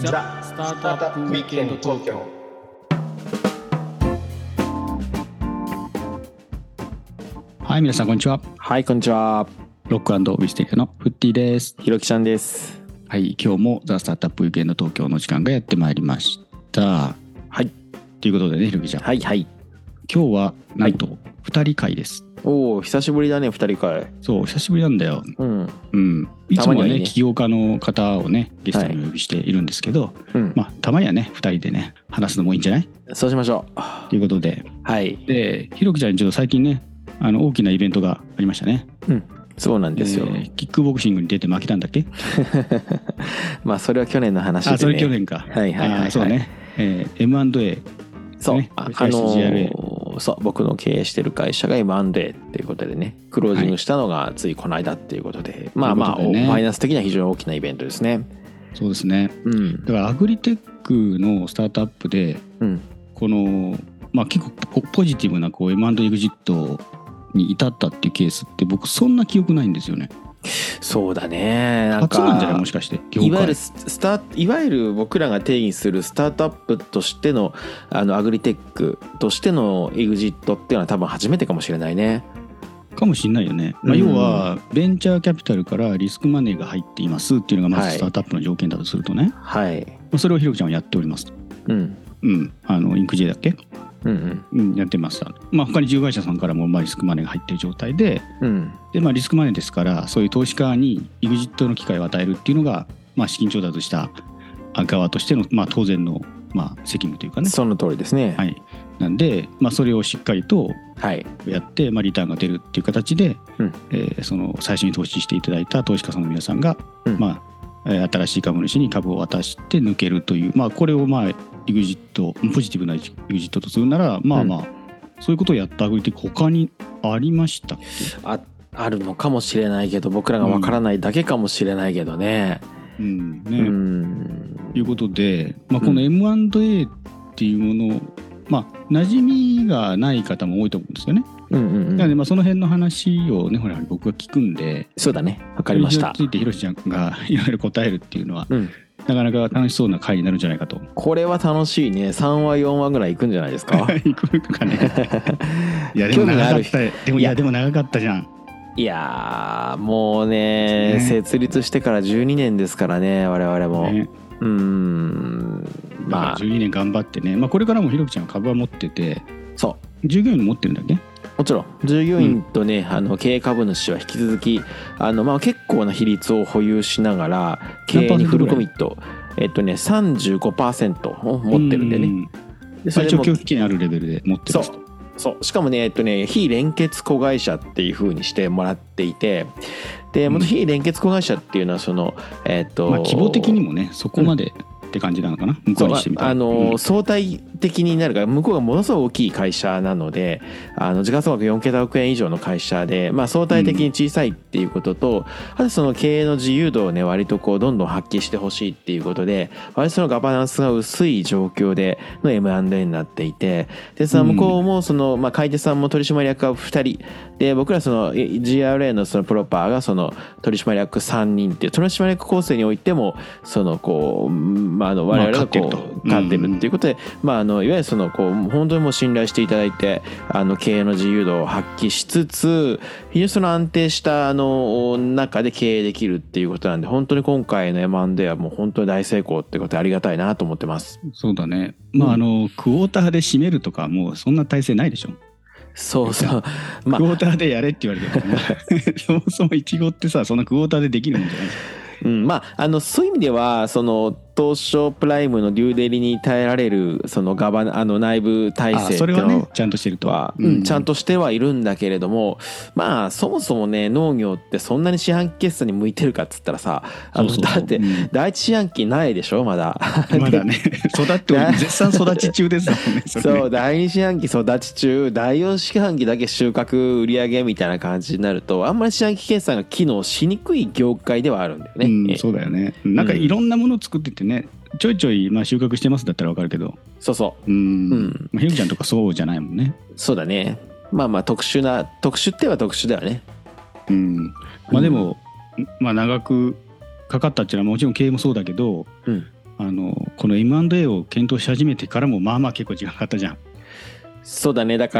ザ・スタートアップウィークエンド東京。 はい、皆さんこんにちは。 はい、こんにちは。 ロック&ウィステリアのフッティです。 ひろきちゃんです。 はい、今日もザ・スタートアップウィークエンド東京の時間がやってまいりました。 はい。 ということでね、ひろきちゃん。 はいはい。 今日はなんと2人会です。 おお、久しぶりだね、2人会。 そう、久しぶりなんだよ。 うん。 うん。いつもはね、起業家の方をね、ゲストにお呼びしているんですけど、まあ、たまにはね、2人でね、話すのもいいんじゃない？ そうしましょう。ということで。 はい。 で、ひろきちゃんにちょっと最近ね、大きなイベントがありましたね。 うん。そうなんですよ。 キックボクシングに出て負けたんだっけ？ まあ、それは去年の話でね。 それ去年か。 はいはいはい、はい。 そうね。M&A。 そう。 ね、 そう、僕の経営してる会社が M&A っていうことでね、クロージングしたのがついこの間っていうことで、はい、まあまあ、ね、マイナス的には非常に大きなイベントですね。 そうですね。 うん。 だからアグリテックのスタートアップで、 うん、 この、まあ結構ポジティブなこう M&A エグジットに至ったっていうケースって僕そんな記憶ないんですよね。 そうだね。 初なんじゃない？もしかしていわゆる僕らが定義するスタートアップとしてのアグリテックとしてのエグジットっていうのは多分初めてかもしれないね。 かもしれないよね。まあ、要はベンチャーキャピタルからリスクマネーが入っていますっていうのがまずスタートアップの条件だとするとね。 はい。 それをひろきちゃんはやっておりますと。 うんうん。インク J だっけ？やってます。まあ他に10会社さんからもリスクマネーが入っている状態で、でリスクマネーですからそういう投資家にエグジットの機会を与えるっていうのが資金調達した側としての当然の責務というかね。 その通りですね。 はい。なんでそれをしっかりとやって、リターンが出るっていう形で、その最初に投資していただいた投資家さんの皆さんが、新しい株主に株を渡して抜けるという、これをエグジットポジティブなエグジットとするならそういうことをやったアグリテック他にありましたっけ？ あるのかもしれないけど僕らがわからないだけかもしれないけどね。 ということで、この M&A っていうもの馴染みがない方も多いと思うんですよね。なのでその辺の話をね僕が聞くんで。 そうだね、わかりました。 それについてひろしちゃんがいろいろ答えるっていうのは、なかなか楽しそうな回になるんじゃないかと。 これは楽しいね。3話4話ぐらいいくんじゃないですか？ いくかね。いやでも長かった。でも長かったじゃん。 いやもうね、設立してから12年ですからね、我々も。 12年頑張ってね、これからもひろきちゃんは株は持ってて、 そう従業員持ってるんだっけ？もちろん従業員とね、経営株主は引き続き結構な比率を保有しながら経営にフルコミット35% を持ってるんでね。 一応供給権あるレベルで持ってますと。 そうしかもね非連結子会社っていう風にしてもらっていて、で非連結子会社っていうのはその規模的にもねそこまで、って感じなのかな、向こうにしてみたら。 相対的になるから向こうがものすごい大きい会社なので時価総額4桁億円以上の会社で、相対的に小さいっていうことと、あとその経営の自由度をね割とどんどん発揮してほしいっていうことで割とそのガバナンスが薄い状況での M&A になっていて、でその向こうもその、買い手さんも取締役が2人で、僕らその GRA のそのプロパーがその取締役3人っていう取締役構成においてもその我々が勝ってるっていうことで、いわゆるその本当にもう信頼していただいて経営の自由度を発揮しつつ非常にその安定した中で経営できるっていうことなんで、本当に今回の M&A はもう本当に大成功ってことでありがたいなと思ってます。 そうだね。クォーターで締めるとかもうそんな体制ないでしょ。 そうそう。 クォーターでやれって言われても、そもそもイチゴってさそんなクォーターでできるもんじゃないですか。 そういう意味ではその東証プライムのデューデリに耐えられるその内部体制っていうのは、 それはねちゃんとしてるとは、 ちゃんとしてはいるんだけれども、そもそもね農業ってそんなに四半期決算に向いてるかっつったらさ、だって第一四半期ないでしょまだ。 まだね絶賛育ち中ですもんね。 そう第二四半期育ち中、第四四半期だけ収穫売上みたいな感じになるとあんまり四半期決算が機能しにくい業界ではあるんだよね。 そうだよね。なんかいろんなものを作っててね、ちょいちょい収穫してますだったらわかるけど、 そう。 ひろきちゃんとかそうじゃないもんね。 そうだね。特殊っては特殊だよね。 でも長くかかったっていうのはもちろん経営もそうだけど、 この M&A を検討し始めてからもまあまあ結構時間かかったじゃん。 そうだね。だから、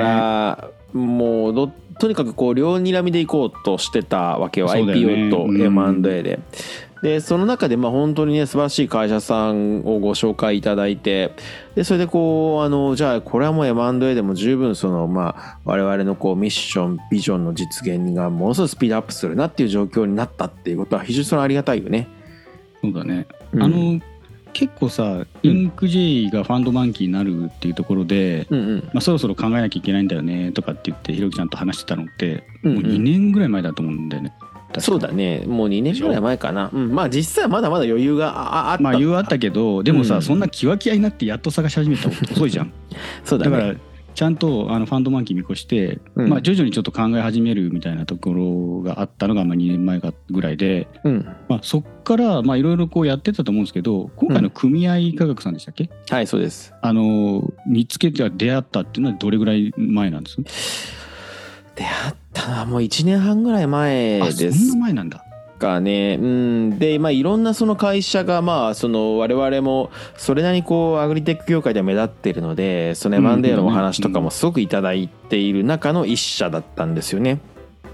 もうとにかくこう両睨みでいこうとしてたわけよ。IPO と M&A で。でその中で本当にね素晴らしい会社さんをご紹介いただいて、でそれでこうじゃあこれはもう M&A でも十分我々のこうミッションビジョンの実現がものすごいスピードアップするなっていう状況になったっていうことは非常にありがたいよね。 そうだね。結構さ、インク J がファンドマンキーになるっていうところで、そろそろ考えなきゃいけないんだよねとかって言ってひろきちゃんと話してたのって、もう2年ぐらい前だと思うんだよね。 そうだね。もう2年ぐらい前かな。まあ実際はまだまだ余裕があった。 余裕はあったけど、でもさ、そんなキワキワになってやっと探し始めたら遅いじゃん。 そうだね。 だからちゃんとファンドマンキー見越して、徐々にちょっと考え始めるみたいなところがあったのが2年前ぐらいで、そっからいろいろこうやってたと思うんですけど、今回の組合科学さんでしたっけ？ はい、そうです。 見つけて出会ったっていうのはどれぐらい前なんです？ 出会ったのはもう1年半ぐらい前です。 そんな前なんだ。 かね。でいろんなその会社が我々もそれなりにこうアグリテック業界では目立っているので、その M&A のお話とかもすごくいただいている中の一社だったんですよね。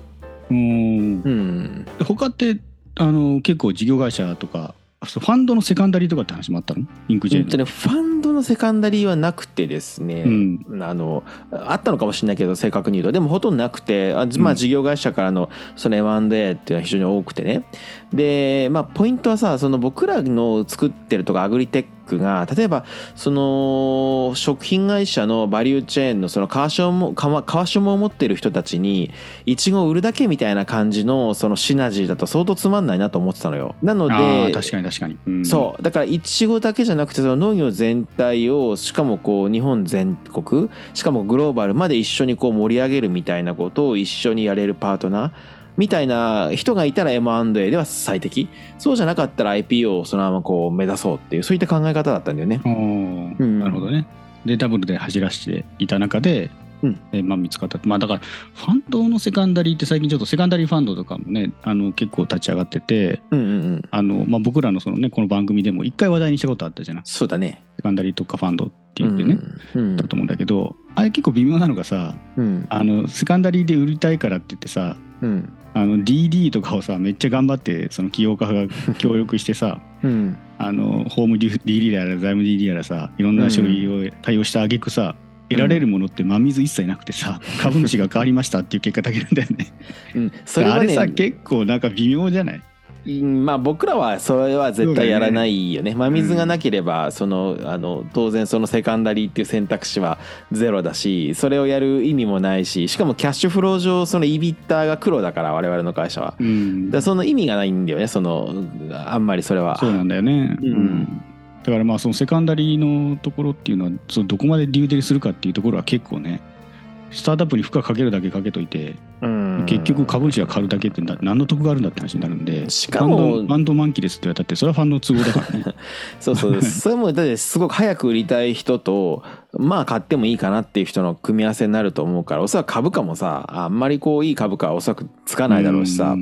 他って結構事業会社とかファンドのセカンダリーとかって話もあったの？インク J の。 ファンドのセカンダリーはなくてですね、あったのかもしれないけど正確に言うとでもほとんどなくて、事業会社からのその M&A っていうのは非常に多くてね。でポイントはさ、僕らの作ってるとかアグリテックが例えば食品会社のバリューチェーンの川下を持ってる人たちにイチゴを売るだけみたいな感じのシナジーだと相当つまんないなと思ってたのよ。なので確かに、 そうだからイチゴだけじゃなくて農業全体をしかもこう日本全国しかもグローバルまで一緒にこう盛り上げるみたいなことを一緒にやれるパートナーみたいな人がいたら M&A では最適。そうじゃなかったら IPO をそのままこう目指そうっていうそういった考え方だったんだよね。 なるほどね。でダブルで走らしていた中で、見つかった。だからファンドのセカンダリーって最近ちょっとセカンダリーファンドとかもね結構立ち上がってて、僕らのこの番組でも一回話題にしたことあったじゃない。 そうだね。 セカンダリーとかファンドって言ってね、だと思うんだけど、あれ結構微妙なのがさ、セカンダリーで売りたいからって言ってさ、DD とかをさめっちゃ頑張って起業家が協力してさ、ホーム DD やら財務 DD やらさいろんな書類を対応した挙句さ、得られるものって真水一切なくてさ、株主が変わりましたっていう結果だけなんだよね。それはね、あれさ結構なんか微妙じゃない？ 僕らはそれは絶対やらないよね。真水がなければ当然セカンダリーっていう選択肢はゼロだし、それをやる意味もないし、しかもキャッシュフロー上EBITDAが黒だから我々の会社は、だその意味がないんだよね。あんまりそれはそうなんだよね。だからそのセカンダリーのところっていうのはどこまでデューデリするかっていうところは結構ね、スタートアップに負荷かけるだけかけといて、結局株主が変わるだけって何の得があるんだって話になるんで、 しかもファンド満期ですって言われたってそれはファンドの都合だからね。 そうそれもだってすごく早く売りたい人と買ってもいいかなっていう人の組み合わせになると思うから、おそらく株価もさあんまりいい株価はおそらくつかないだろうしさ、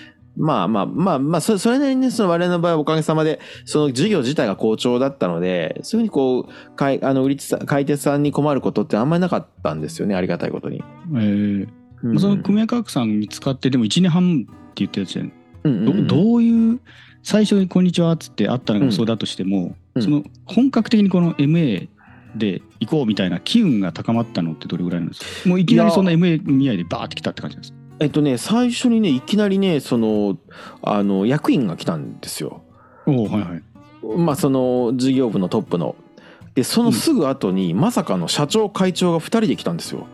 それなりに我々の場合はおかげさまで事業自体が好調だったので、そういうふうに買い手さんに困ることってあんまりなかったんですよね、ありがたいことに。 その組合価格さん見つかってでも1年半って言ったやつじゃん。どういう最初にこんにちはっつって会ったのがそうだとしても、本格的にこの MA で行こうみたいな機運が高まったのってどれぐらいなんですか？もういきなりそんな MA 見合いでバーって来たって感じなんですか？ 最初にねいきなりね役員が来たんですよ。事業部のトップの。でそのすぐ後に、まさかの社長会長が2人で来たんですよ。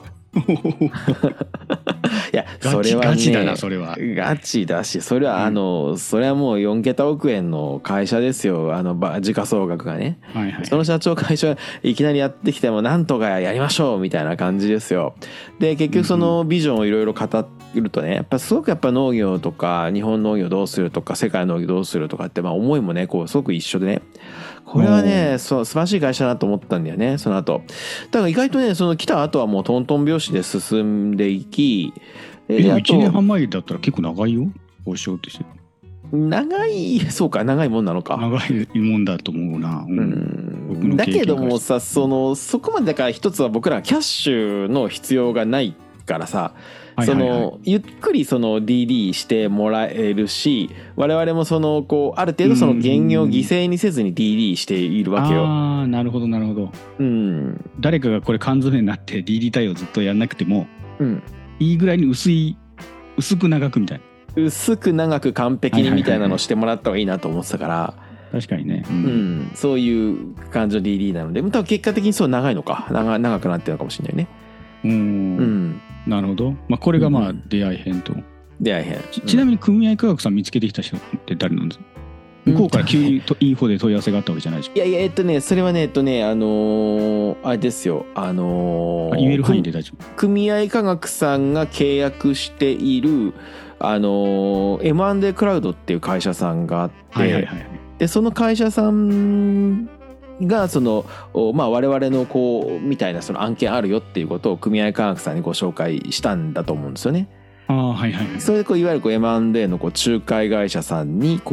いやそれはねガチだな。それはガチだし、それはそれはもう4桁億円の会社ですよ、時価総額がね、その社長会社いきなりやってきてもなんとかやりましょうみたいな感じですよ。で結局そのビジョンをいろいろ語るとね、すごく農業とか日本農業どうするとか世界の農業どうするとかって思いもねすごく一緒でね、これはね素晴らしい会社だなと思ったんだよね。その後だから意外とね来た後はもうトントン拍子で進んでいき、 でも1年半前だったら結構長いよ、交渉ってして。 長い、そうか、長いもんなのか。 長いもんだと思うな。 だけどもさ、そこまでだから一つは僕らはキャッシュの必要がないからさ、ゆっくりDD してもらえるし、我々もこうある程度その原業を犠牲にせずに DD しているわけよ。 ああ、なるほどなるほど。誰かがこれ缶詰になって DD 対応ずっとやんなくても、いいぐらいに薄く長くみたいな。 薄く長く完璧にみたいなのをしてもらった方がいいなと思ってたから。 確かにね、 そういう感じの DD なので、多分結果的にそう長いのか、長くなってるのかもしれないね。 なるほど。これが出会い編と。 出会い編。 ちなみに組合科学さん見つけてきた人って誰なんですか？向こうから急にインフォで問い合わせがあったわけじゃないでしょ。 いやそれはねあれですよ、 言える範囲で大丈夫。 組合科学さんが契約しているM&A クラウドっていう会社さんがあって、でその会社さんが我々のこうみたいな案件あるよっていうことを組合科学さんにご紹介したんだと思うんですよね。それでいわゆるM&A の仲介会社さんに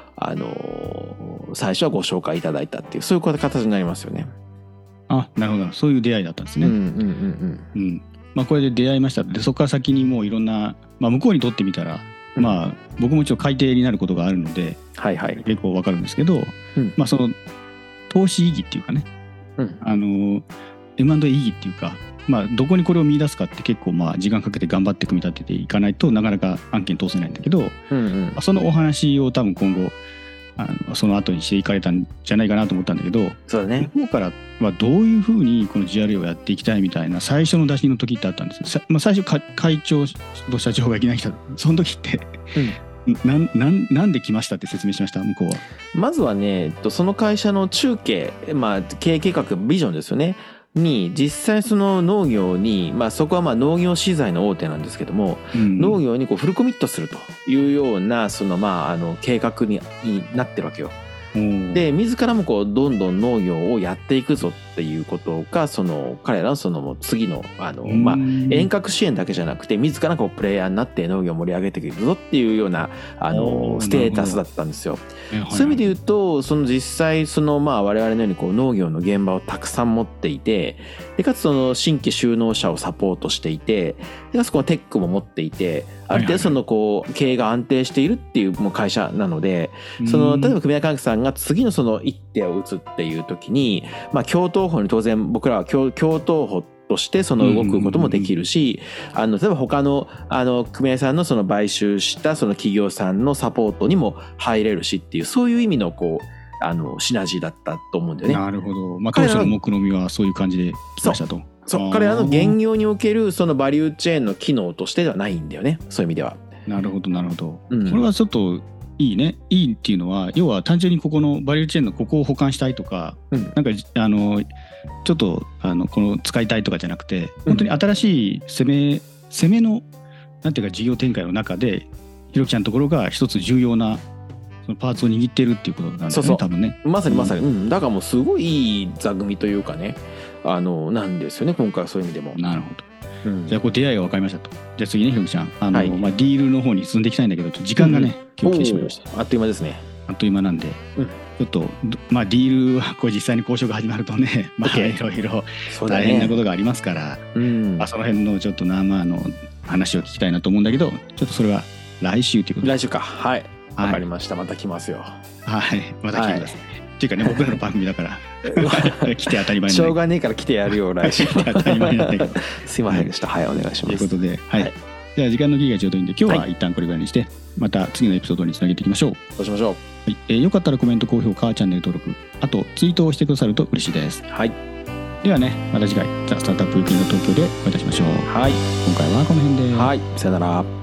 最初はご紹介いただいたっていう、そういう形になりますよね。 なるほど、そういう出会いだったんですね。これで出会いました。でそこから先にもういろんな、向こうにとってみたら、僕もちょっと改定になることがあるので、結構わかるんですけど、その投資意義っていうかね、M&A 意義っていうか、どこにこれを見出すかって結構時間かけて頑張って組み立てていかないとなかなか案件通せないんだけど、そのお話を多分今後その後にしていかれたんじゃないかなと思ったんだけど、 そうだね、 向こうからはどういうふうにこの GRA をやっていきたいみたいな最初の出しの時ってあったんですよ。最初会長と社長がいきなり来た、その時って、なんで来ましたって説明しました？向こうはまずはね、その会社の中継、経営計画ビジョンですよねに、実際その農業に、そこは農業資材の大手なんですけども、農業にフルコミットするというような計画になってるわけよ。で自らもどんどん農業をやっていくぞっていうことが彼らの次の遠隔支援だけじゃなくて、自らプレイヤーになって農業を盛り上げていくぞっていうようなステータスだったんですよ。そういう意味で言うと実際我々のように農業の現場をたくさん持っていて、でかつ新規就農者をサポートしていて、でかつテックも持っていて、ある程度経営が安定しているっていう会社なので、例えば組合科学さんが次の一手を打つっていう時に、共闘法に当然僕らは共闘法として動くこともできるし、例えば他の組合さんの買収した企業さんのサポートにも入れるしっていう、そういう意味のシナジーだったと思うんだよね。 なるほど。当初の目論見はそういう感じで来ましたと。 彼らの現業におけるバリューチェーンの機能としてではないんだよね、そういう意味では。 なるほどなるほど、これはちょっといいね。いいっていうのは、要は単純にここのバリューチェーンのここを保管したいとか、なんかちょっとこの使いたいとかじゃなくて、本当に新しい攻めのなんていうか事業展開の中で、ひろきちゃんのところが一つ重要なそのパーツを握ってるっていうことなんだよね、多分ね。 まさに、だからもうすごいいい座組というかね、なんですよね、今回はそういう意味でも。 なるほど。じゃあ出会いが分かりましたと。じゃあ次ね、ひろきちゃん、ディールの方に進んでいきたいんだけど、時間がね、今日来てしまいました。 あっという間ですね。 あっという間なんで、ちょっとディールは実際に交渉が始まるとね、いろいろ大変なことがありますから、その辺のちょっと生の話を聞きたいなと思うんだけど、ちょっとそれは来週ということで。 来週か。はい。わかりました。また来ますよ。 はい。また来てください。っていうかね、僕らの番組だから来て当たり前しょうがねえから来てやるよ、来週。 当たり前なんだけど。 すいませんでした。はい、お願いします。 ということで、はい。じゃあ時間の切りがちょうどいいんで、今日は一旦これぐらいにして、また次のエピソードにつなげていきましょう。 そうしましょう。 はい。よかったらコメント、高評価、チャンネル登録、あとツイートをしてくださると嬉しいです。 はい。 ではね、また次回、ザ・スタートアップウィークエンド東京でお会いいたしましょう。 はい。 今回はこの辺で。 はい。さよなら。